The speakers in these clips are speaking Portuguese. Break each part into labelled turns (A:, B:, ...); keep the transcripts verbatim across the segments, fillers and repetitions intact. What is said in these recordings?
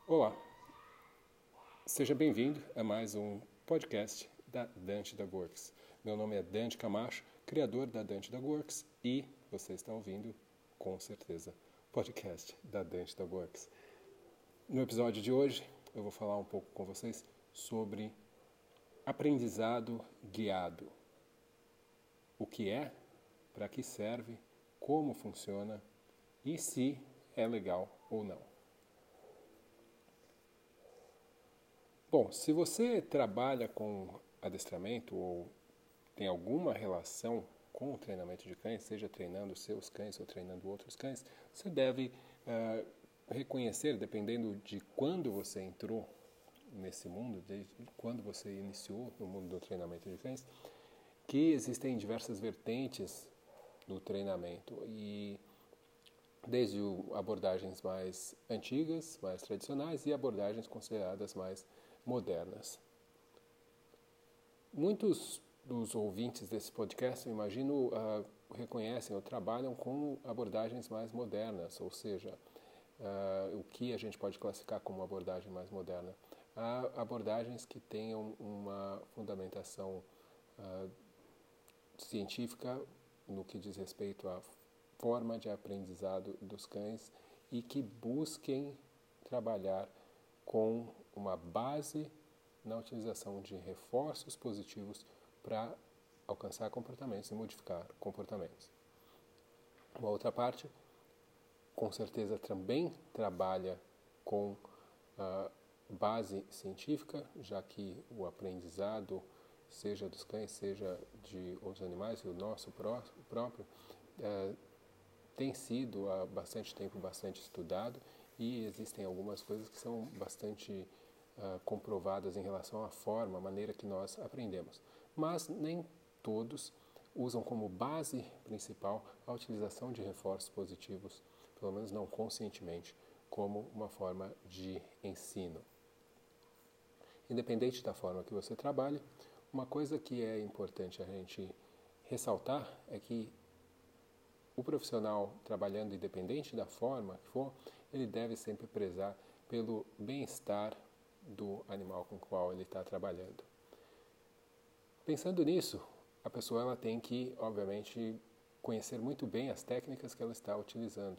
A: Olá, seja bem-vindo a mais um podcast da Dante da Works. Meu nome é Dante Camacho, criador da Dante da Works, e você está ouvindo, com certeza, o podcast da Dante da Works. No episódio de hoje, eu vou falar um pouco com vocês sobre aprendizado guiado. O que é, para que serve, como funciona e se é legal ou não. Bom, se você trabalha com adestramento ou tem alguma relação com o treinamento de cães, seja treinando seus cães ou treinando outros cães, você deve uh, reconhecer, dependendo de quando você entrou nesse mundo, desde quando você iniciou no mundo do treinamento de cães, que existem diversas vertentes do treinamento e desde abordagens mais antigas, mais tradicionais e abordagens consideradas mais modernas. Muitos dos ouvintes desse podcast, eu imagino, uh, reconhecem ou trabalham com abordagens mais modernas, ou seja, uh, o que a gente pode classificar como abordagem mais moderna? Há abordagens que tenham uma fundamentação uh, científica no que diz respeito à forma de aprendizado dos cães e que busquem trabalhar com uma base na utilização de reforços positivos para alcançar comportamentos e modificar comportamentos. Uma outra parte, com certeza, também trabalha com a base científica, já que o aprendizado, seja dos cães, seja de outros animais, e o nosso próprio, é, tem sido há bastante tempo bastante estudado e existem algumas coisas que são bastante uh, comprovadas em relação à forma, a maneira que nós aprendemos. Mas nem todos usam como base principal a utilização de reforços positivos, pelo menos não conscientemente, como uma forma de ensino. Independente da forma que você trabalhe, uma coisa que é importante a gente ressaltar é que o profissional trabalhando independente da forma que for, ele deve sempre prezar pelo bem-estar do animal com o qual ele está trabalhando. Pensando nisso, a pessoa ela tem que, obviamente, conhecer muito bem as técnicas que ela está utilizando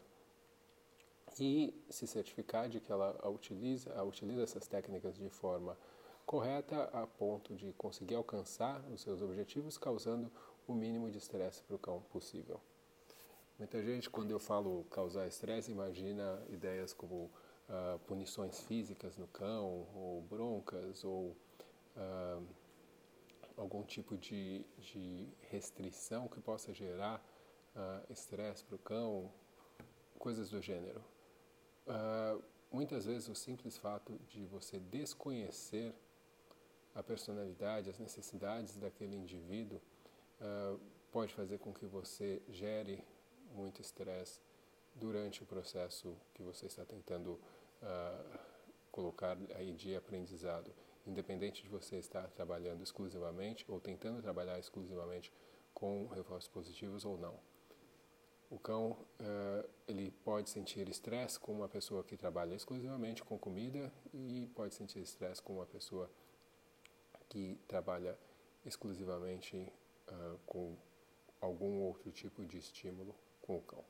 A: e se certificar de que ela utiliza, utiliza essas técnicas de forma correta a ponto de conseguir alcançar os seus objetivos, causando o mínimo de estresse para o cão possível. Muita gente, quando eu falo causar estresse, imagina ideias como uh, punições físicas no cão, ou broncas, ou uh, algum tipo de, de restrição que possa gerar uh, estresse para o cão, coisas do gênero. Uh, muitas vezes o simples fato de você desconhecer a personalidade, as necessidades daquele indivíduo, uh, pode fazer com que você gere muito estresse durante o processo que você está tentando uh, colocar aí de aprendizado, independente de você estar trabalhando exclusivamente ou tentando trabalhar exclusivamente com reforços positivos ou não. O cão uh, ele pode sentir estresse com uma pessoa que trabalha exclusivamente com comida e pode sentir estresse com uma pessoa que trabalha exclusivamente uh, com algum outro tipo de estímulo com o cão.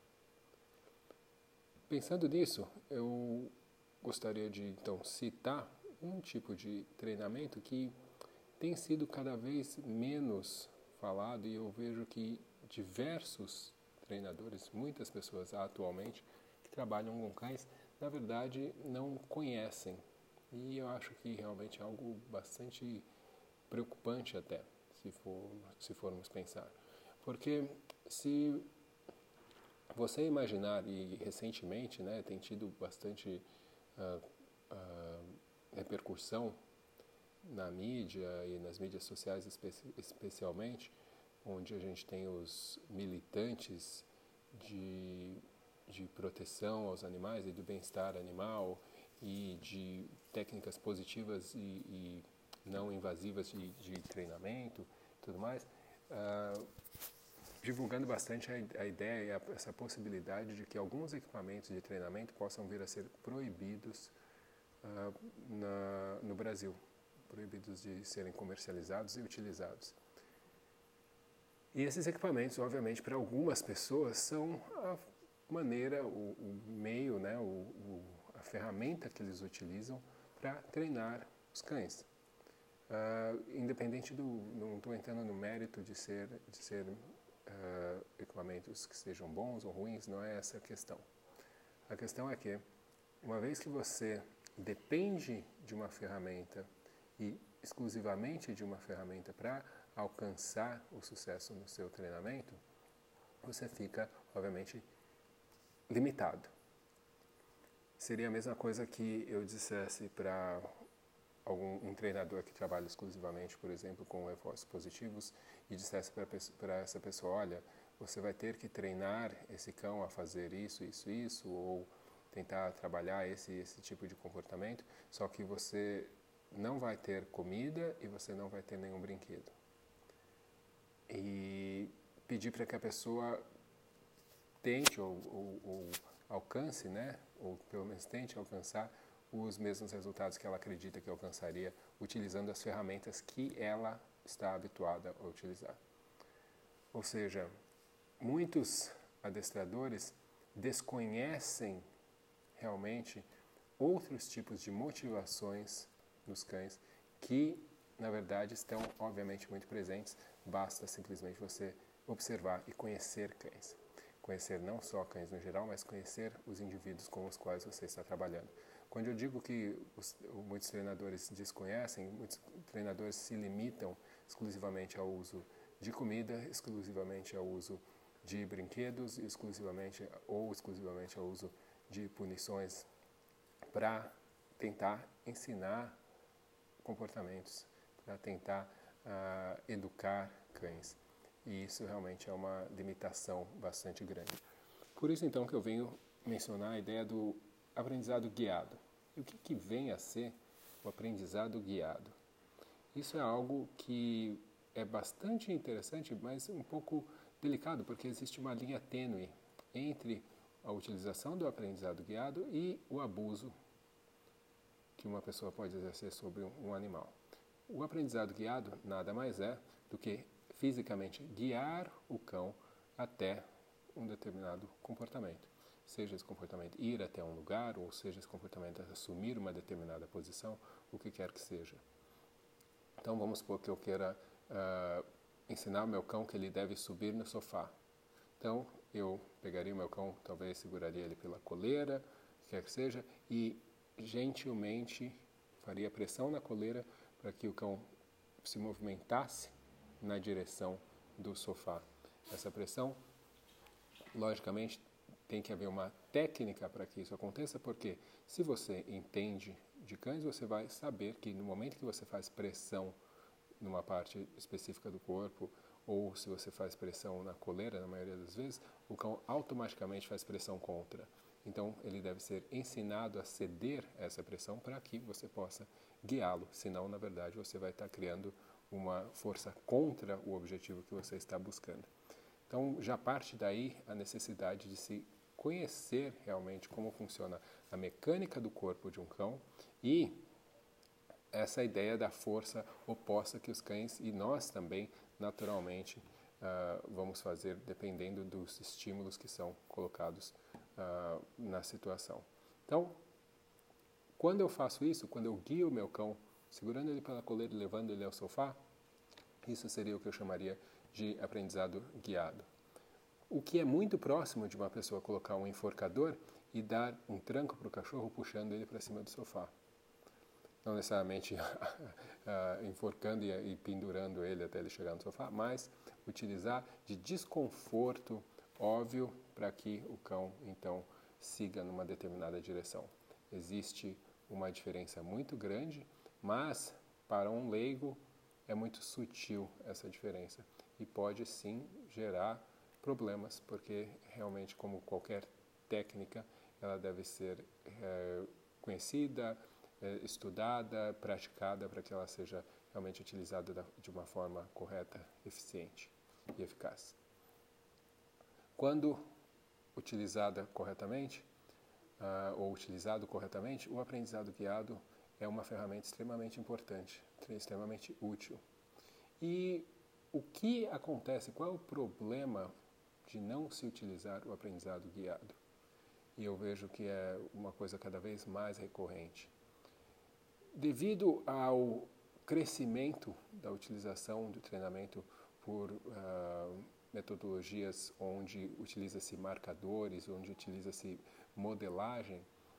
A: Pensando nisso, eu gostaria de então citar um tipo de treinamento que tem sido cada vez menos falado e eu vejo que diversos treinadores, muitas pessoas atualmente que trabalham com cães, na verdade não conhecem. E eu acho que realmente é algo bastante preocupante até, se, for, se formos pensar. Porque se você imaginar, e recentemente né, tem tido bastante uh, uh, repercussão na mídia e nas mídias sociais espe- especialmente, onde a gente tem os militantes de, de proteção aos animais e do bem-estar animal e de técnicas positivas e, e não invasivas de, de treinamento e tudo mais, uh, divulgando bastante a, a ideia e a, essa possibilidade de que alguns equipamentos de treinamento possam vir a ser proibidos uh, na, no Brasil, proibidos de serem comercializados e utilizados. E esses equipamentos, obviamente, para algumas pessoas são a maneira, o, o meio, né, o, o, a ferramenta que eles utilizam para treinar os cães. Uh, independente do, não estou entrando no mérito de ser, de ser uh, equipamentos que sejam bons ou ruins, não é essa a questão. A questão é que, uma vez que você depende de uma ferramenta e exclusivamente de uma ferramenta para alcançar o sucesso no seu treinamento, você fica, obviamente, limitado. Seria a mesma coisa que eu dissesse para algum um treinador que trabalha exclusivamente, por exemplo, com reforços positivos e dissesse para essa pessoa, olha, você vai ter que treinar esse cão a fazer isso, isso, isso, ou tentar trabalhar esse, esse tipo de comportamento, só que você não vai ter comida e você não vai ter nenhum brinquedo. E pedir para que a pessoa tente ou, ou, ou alcance, né, ou pelo menos tente alcançar os mesmos resultados que ela acredita que alcançaria utilizando as ferramentas que ela está habituada a utilizar. Ou seja, muitos adestradores desconhecem realmente outros tipos de motivações nos cães que, na verdade, estão obviamente muito presentes, basta simplesmente você observar e conhecer cães. Conhecer não só cães no geral, mas conhecer os indivíduos com os quais você está trabalhando. Quando eu digo que os, muitos treinadores desconhecem, muitos treinadores se limitam exclusivamente ao uso de comida, exclusivamente ao uso de brinquedos, exclusivamente ou exclusivamente ao uso de punições para tentar ensinar comportamentos, para tentar uh, educar cães. E isso realmente é uma limitação bastante grande. Por isso, então, que eu venho mencionar a ideia do aprendizado guiado. E o que, que vem a ser o aprendizado guiado? Isso é algo que é bastante interessante, mas um pouco delicado, porque existe uma linha tênue entre a utilização do aprendizado guiado e o abuso que uma pessoa pode exercer sobre um animal. O aprendizado guiado nada mais é do que fisicamente guiar o cão até um determinado comportamento. Seja esse comportamento ir até um lugar, ou seja esse comportamento assumir uma determinada posição, o que quer que seja. Então vamos supor que eu queira uh, ensinar o meu cão que ele deve subir no sofá. Então eu pegaria o meu cão, talvez seguraria ele pela coleira, o que quer que seja, e gentilmente faria pressão na coleira para que o cão se movimentasse na direção do sofá. Essa pressão, logicamente, tem que haver uma técnica para que isso aconteça, porque se você entende de cães, você vai saber que no momento que você faz pressão numa parte específica do corpo, ou se você faz pressão na coleira, na maioria das vezes, o cão automaticamente faz pressão contra. Então, ele deve ser ensinado a ceder essa pressão para que você possa guiá-lo, senão, na verdade, você vai estar criando uma força contra o objetivo que você está buscando. Então, já parte daí a necessidade de se conhecer realmente como funciona a mecânica do corpo de um cão e essa ideia da força oposta que os cães e nós também, naturalmente, uh, vamos fazer dependendo dos estímulos que são colocados uh, na situação. Então, quando eu faço isso, quando eu guio o meu cão, segurando ele pela coleira e levando ele ao sofá, isso seria o que eu chamaria de aprendizado guiado. O que é muito próximo de uma pessoa colocar um enforcador e dar um tranco para o cachorro puxando ele para cima do sofá. Não necessariamente uh, enforcando e, e pendurando ele até ele chegar no sofá, mas utilizar de desconforto óbvio para que o cão, então, siga numa determinada direção. Existe uma diferença muito grande, mas para um leigo é muito sutil essa diferença e pode sim gerar problemas, porque realmente, como qualquer técnica, ela deve ser é, conhecida, é, estudada, praticada para que ela seja realmente utilizada da, de uma forma correta, eficiente e eficaz. Quando utilizada corretamente, uh, ou utilizado corretamente, o aprendizado guiado é uma ferramenta extremamente importante, extremamente útil. E o que acontece, qual é o problema de não se utilizar o aprendizado guiado? E eu vejo que é uma coisa cada vez mais recorrente. Devido ao crescimento da utilização do treinamento por uh, metodologias onde utiliza-se marcadores, onde utiliza-se modelagem,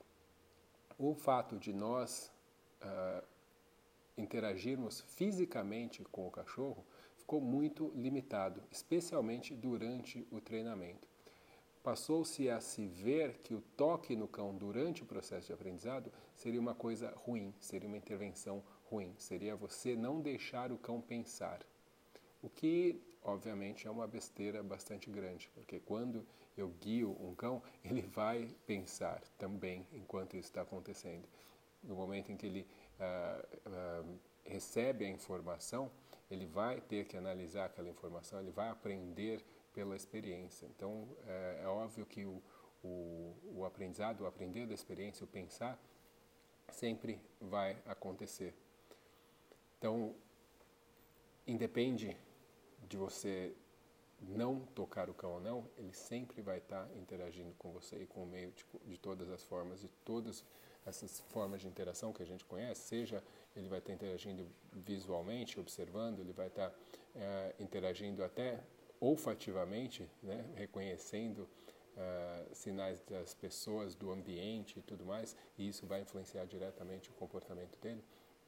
A: o fato de nós uh, interagirmos fisicamente com o cachorro ficou muito limitado, especialmente durante o treinamento. Passou-se a se ver que o toque no cão durante o processo de aprendizado seria uma coisa ruim, seria uma intervenção ruim, seria você não deixar o cão pensar. O que, obviamente, é uma besteira bastante grande, porque quando eu guio um cão, ele vai pensar também enquanto isso está acontecendo. No momento em que ele ah, ah, recebe a informação, ele vai ter que analisar aquela informação, ele vai aprender pela experiência. Então, é, é óbvio que o, o, o aprendizado, o aprender da experiência, o pensar, sempre vai acontecer. Então, independe de você não tocar o cão ou não, ele sempre vai estar interagindo com você e com o meio de, de todas as formas, de todas essas formas de interação que a gente conhece, seja ele vai estar interagindo visualmente, observando, ele vai estar é, interagindo até olfativamente, né, reconhecendo uh, sinais das pessoas, do ambiente e tudo mais, e isso vai influenciar diretamente o comportamento dele.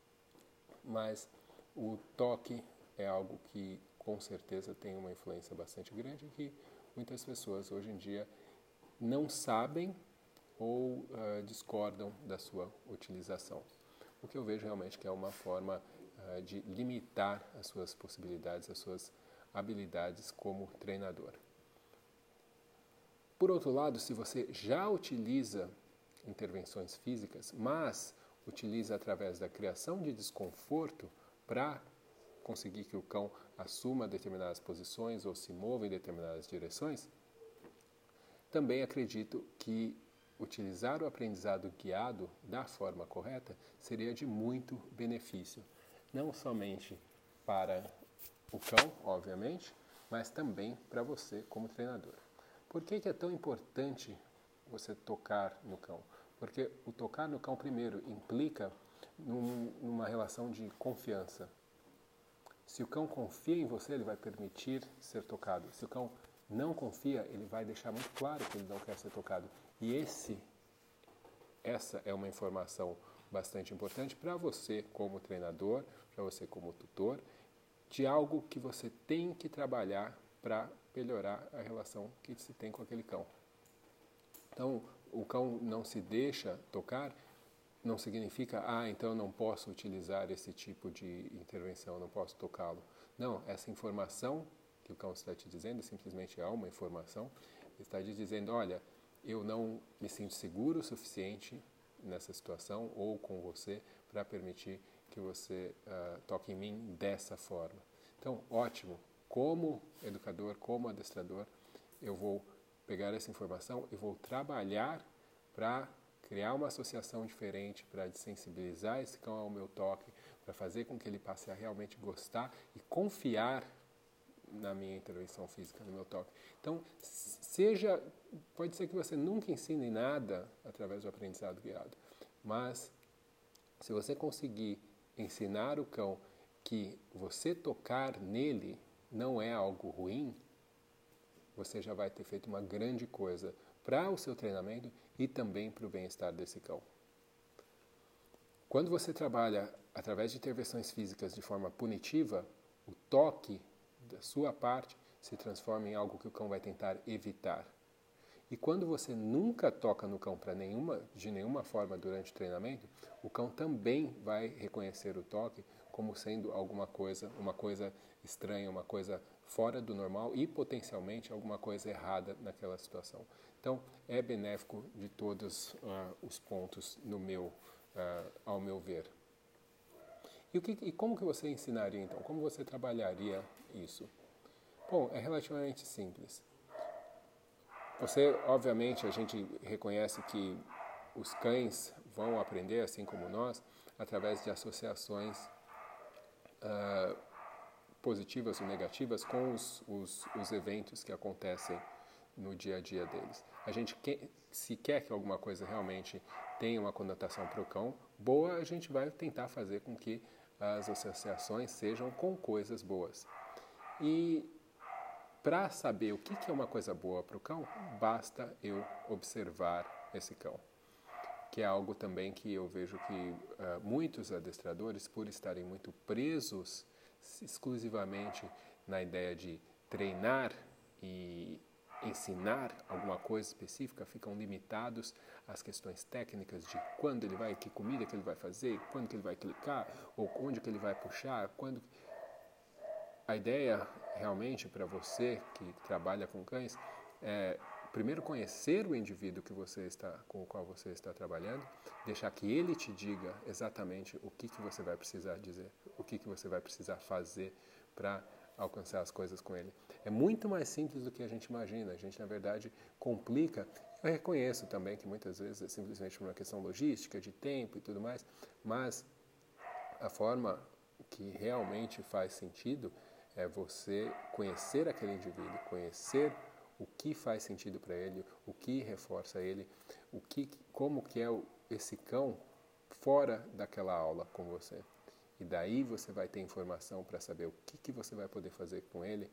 A: Mas o toque é algo que com certeza tem uma influência bastante grande e que muitas pessoas hoje em dia não sabem ou uh, discordam da sua utilização. O que eu vejo realmente que é uma forma uh, de limitar as suas possibilidades, as suas habilidades como treinador. Por outro lado, se você já utiliza intervenções físicas, mas utiliza através da criação de desconforto para conseguir que o cão assuma determinadas posições ou se mova em determinadas direções, também acredito que utilizar o aprendizado guiado da forma correta seria de muito benefício, não somente para o cão, obviamente, mas também para você como treinador. Por que que é tão importante você tocar no cão? Porque o tocar no cão, primeiro, implica num, numa relação de confiança. Se o cão confia em você, ele vai permitir ser tocado. Se o cão não confia, ele vai deixar muito claro que ele não quer ser tocado. E esse, essa é uma informação bastante importante para você como treinador, para você como tutor, de algo que você tem que trabalhar para melhorar a relação que se tem com aquele cão. Então, o cão não se deixa tocar, não significa, ah, então eu não posso utilizar esse tipo de intervenção, não posso tocá-lo. Não, essa informação que o cão está te dizendo, simplesmente é uma informação, está te dizendo, olha, eu não me sinto seguro o suficiente nessa situação ou com você para permitir que você uh, toque em mim dessa forma. Então, ótimo, como educador, como adestrador, eu vou pegar essa informação e vou trabalhar para criar uma associação diferente, para desensibilizar esse cão ao meu toque, para fazer com que ele passe a realmente gostar e confiar na minha intervenção física, no meu toque. Então, seja, pode ser que você nunca ensine nada através do aprendizado guiado, mas se você conseguir ensinar o cão que você tocar nele não é algo ruim, você já vai ter feito uma grande coisa para o seu treinamento e também para o bem-estar desse cão. Quando você trabalha através de intervenções físicas de forma punitiva, o toque da sua parte se transforma em algo que o cão vai tentar evitar. E quando você nunca toca no cão para nenhuma, de nenhuma forma durante o treinamento, o cão também vai reconhecer o toque como sendo alguma coisa, uma coisa estranha, uma coisa fora do normal e potencialmente alguma coisa errada naquela situação. Então, é benéfico de todos uh, os pontos no meu, uh, ao meu ver. E, o que, e como que você ensinaria então? Como você trabalharia isso? Bom, é relativamente simples. Você, obviamente, a gente reconhece que os cães vão aprender, assim como nós, através de associações uh, positivas ou negativas com os, os, os eventos que acontecem no dia a dia deles. A gente quer, se quer que alguma coisa realmente tenha uma conotação para o cão boa, a gente vai tentar fazer com que as associações sejam com coisas boas. E para saber o que é uma coisa boa para o cão, basta eu observar esse cão. Que é algo também que eu vejo que uh, muitos adestradores, por estarem muito presos exclusivamente na ideia de treinar e ensinar alguma coisa específica, ficam limitados às questões técnicas de quando ele vai, que comida que ele vai fazer, quando que ele vai clicar, ou onde que ele vai puxar, quando... A ideia realmente para você que trabalha com cães é primeiro conhecer o indivíduo que você está, com o qual você está trabalhando, deixar que ele te diga exatamente o que, que você vai precisar dizer, o que, que você vai precisar fazer para alcançar as coisas com ele. É muito mais simples do que a gente imagina. A gente, na verdade, complica. Eu reconheço também que muitas vezes é simplesmente uma questão logística, de tempo e tudo mais, mas a forma que realmente faz sentido é você conhecer aquele indivíduo, conhecer o que faz sentido para ele, o que reforça ele, o que, como que é esse cão fora daquela aula com você. E daí você vai ter informação para saber o que, que você vai poder fazer com ele,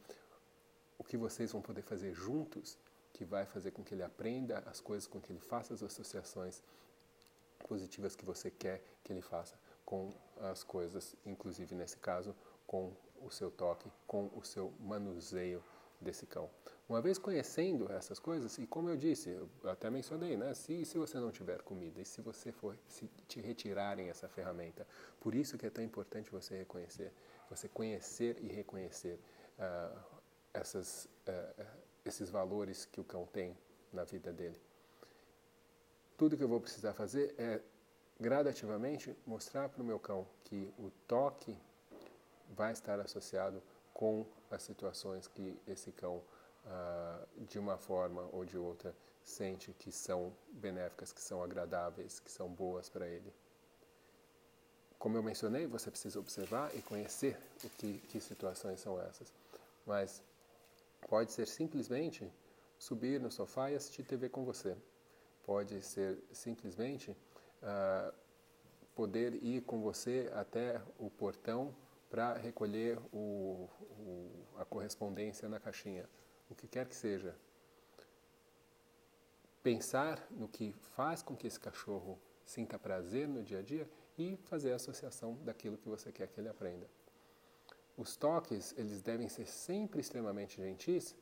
A: o que vocês vão poder fazer juntos, que vai fazer com que ele aprenda as coisas, com que ele faça as associações positivas que você quer que ele faça com as coisas, inclusive nesse caso, com o seu toque, com o seu manuseio desse cão. Uma vez conhecendo essas coisas, e como eu disse, eu até mencionei, né? Se, se você não tiver comida e se você for se te retirarem essa ferramenta, por isso que é tão importante você reconhecer, você conhecer e reconhecer uh, essas, uh, esses valores que o cão tem na vida dele. Tudo que eu vou precisar fazer é gradativamente mostrar para o meu cão que o toque vai estar associado com as situações que esse cão, uh, de uma forma ou de outra, sente que são benéficas, que são agradáveis, que são boas para ele. Como eu mencionei, você precisa observar e conhecer o que, que situações são essas. Mas pode ser simplesmente subir no sofá e assistir T V com você. Pode ser simplesmente uh, poder ir com você até o portão para recolher o, o, a correspondência na caixinha, o que quer que seja. Pensar no que faz com que esse cachorro sinta prazer no dia a dia e fazer a associação daquilo que você quer que ele aprenda. Os toques, eles devem ser sempre extremamente gentis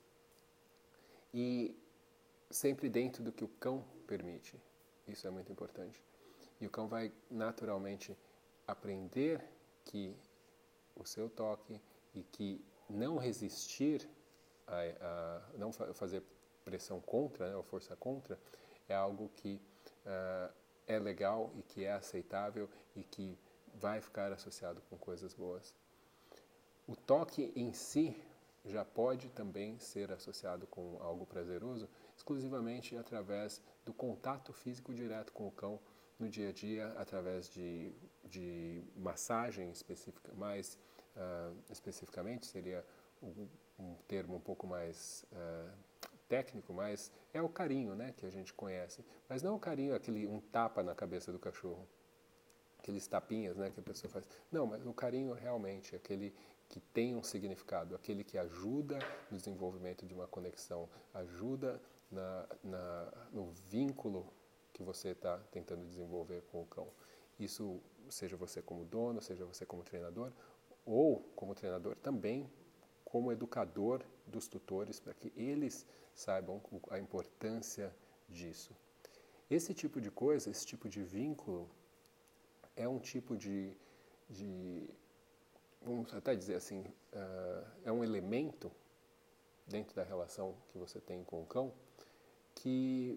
A: e sempre dentro do que o cão permite. Isso é muito importante. E o cão vai naturalmente aprender que o seu toque e que não resistir, a, a não fa- fazer pressão contra, né, ou força contra, é algo que uh, é legal e que é aceitável e que vai ficar associado com coisas boas. O toque em si já pode também ser associado com algo prazeroso, exclusivamente através do contato físico direto com o cão no dia a dia, através de, de massagem específica, mais uh, especificamente, seria um, um termo um pouco mais uh, técnico, mas é o carinho, né, que a gente conhece. Mas não o carinho, aquele um tapa na cabeça do cachorro, aqueles tapinhas, né, que a pessoa faz. Não, mas o carinho realmente, aquele que tem um significado, aquele que ajuda no desenvolvimento de uma conexão, ajuda na, na, no vínculo que você está tentando desenvolver com o cão. Isso, seja você como dono, seja você como treinador, ou como treinador também, como educador dos tutores, para que eles saibam a importância disso. Esse tipo de coisa, esse tipo de vínculo, é um tipo de, de vamos até dizer assim, uh, é um elemento dentro da relação que você tem com o cão que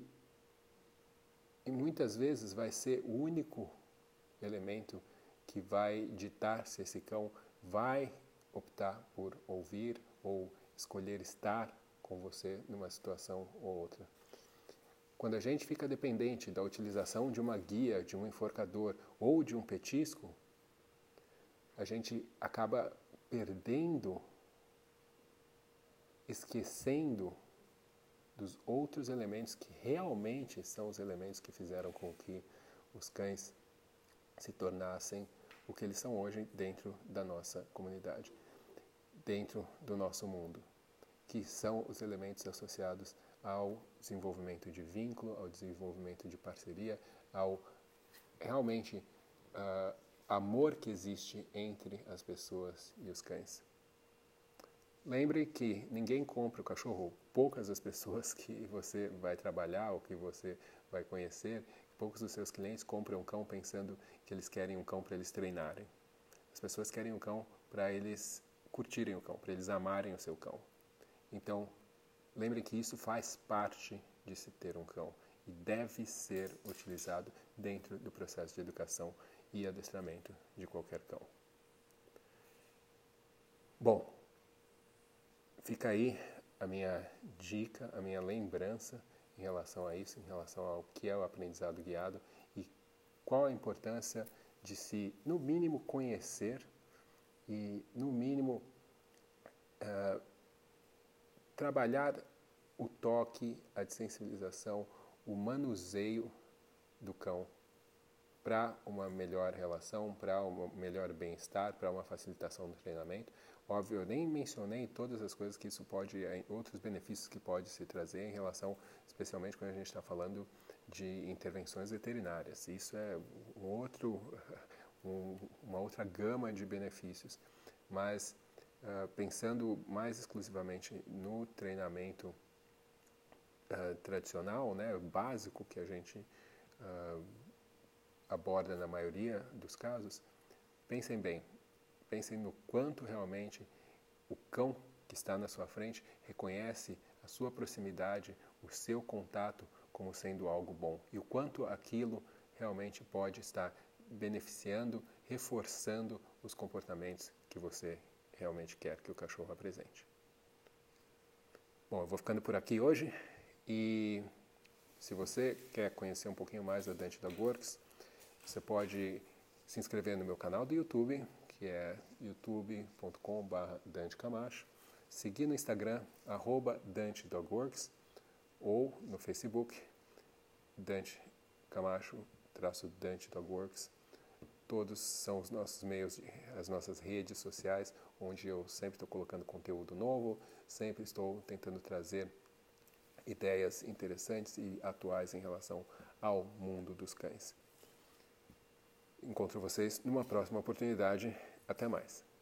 A: e muitas vezes vai ser o único elemento que vai ditar se esse cão vai optar por ouvir ou escolher estar com você numa situação ou outra. Quando a gente fica dependente da utilização de uma guia, de um enforcador ou de um petisco, a gente acaba perdendo, esquecendo dos outros elementos que realmente são os elementos que fizeram com que os cães se tornassem o que eles são hoje dentro da nossa comunidade, dentro do nosso mundo, que são os elementos associados ao desenvolvimento de vínculo, ao desenvolvimento de parceria, ao realmente uh, amor que existe entre as pessoas e os cães. Lembre que ninguém compra o cachorro, poucas as pessoas que você vai trabalhar ou que você vai conhecer, poucos dos seus clientes compram um cão pensando que eles querem um cão para eles treinarem. As pessoas querem um cão para eles curtirem o cão, para eles amarem o seu cão. Então, lembre que isso faz parte de se ter um cão e deve ser utilizado dentro do processo de educação e adestramento de qualquer cão. Bom, fica aí a minha dica, a minha lembrança em relação a isso, em relação ao que é o aprendizado guiado e qual a importância de se, no mínimo, conhecer e, no mínimo, uh, trabalhar o toque, a desensibilização, o manuseio do cão para uma melhor relação, para um melhor bem-estar, para uma facilitação do treinamento. Óbvio, eu nem mencionei todas as coisas que isso pode, outros benefícios que pode se trazer em relação, especialmente quando a gente está falando de intervenções veterinárias. Isso é um outro, um, uma outra gama de benefícios. Mas, uh, pensando mais exclusivamente no treinamento uh, tradicional, né, básico que a gente uh, aborda na maioria dos casos, pensem bem. Pensem no quanto realmente o cão que está na sua frente reconhece a sua proximidade, o seu contato como sendo algo bom e o quanto aquilo realmente pode estar beneficiando, reforçando os comportamentos que você realmente quer que o cachorro apresente. Bom, eu vou ficando por aqui hoje e se você quer conhecer um pouquinho mais da Dante Dog Works, você pode se inscrever no meu canal do YouTube, que é youtube ponto com barra Dante Camacho, seguir no Instagram, arroba Dante Dog Works, ou no Facebook, Dante Camacho, traço Dante Dog Works. Todos são os nossos meios, as nossas redes sociais, onde eu sempre estou colocando conteúdo novo, sempre estou tentando trazer ideias interessantes e atuais em relação ao mundo dos cães. Encontro vocês numa próxima oportunidade. Até mais.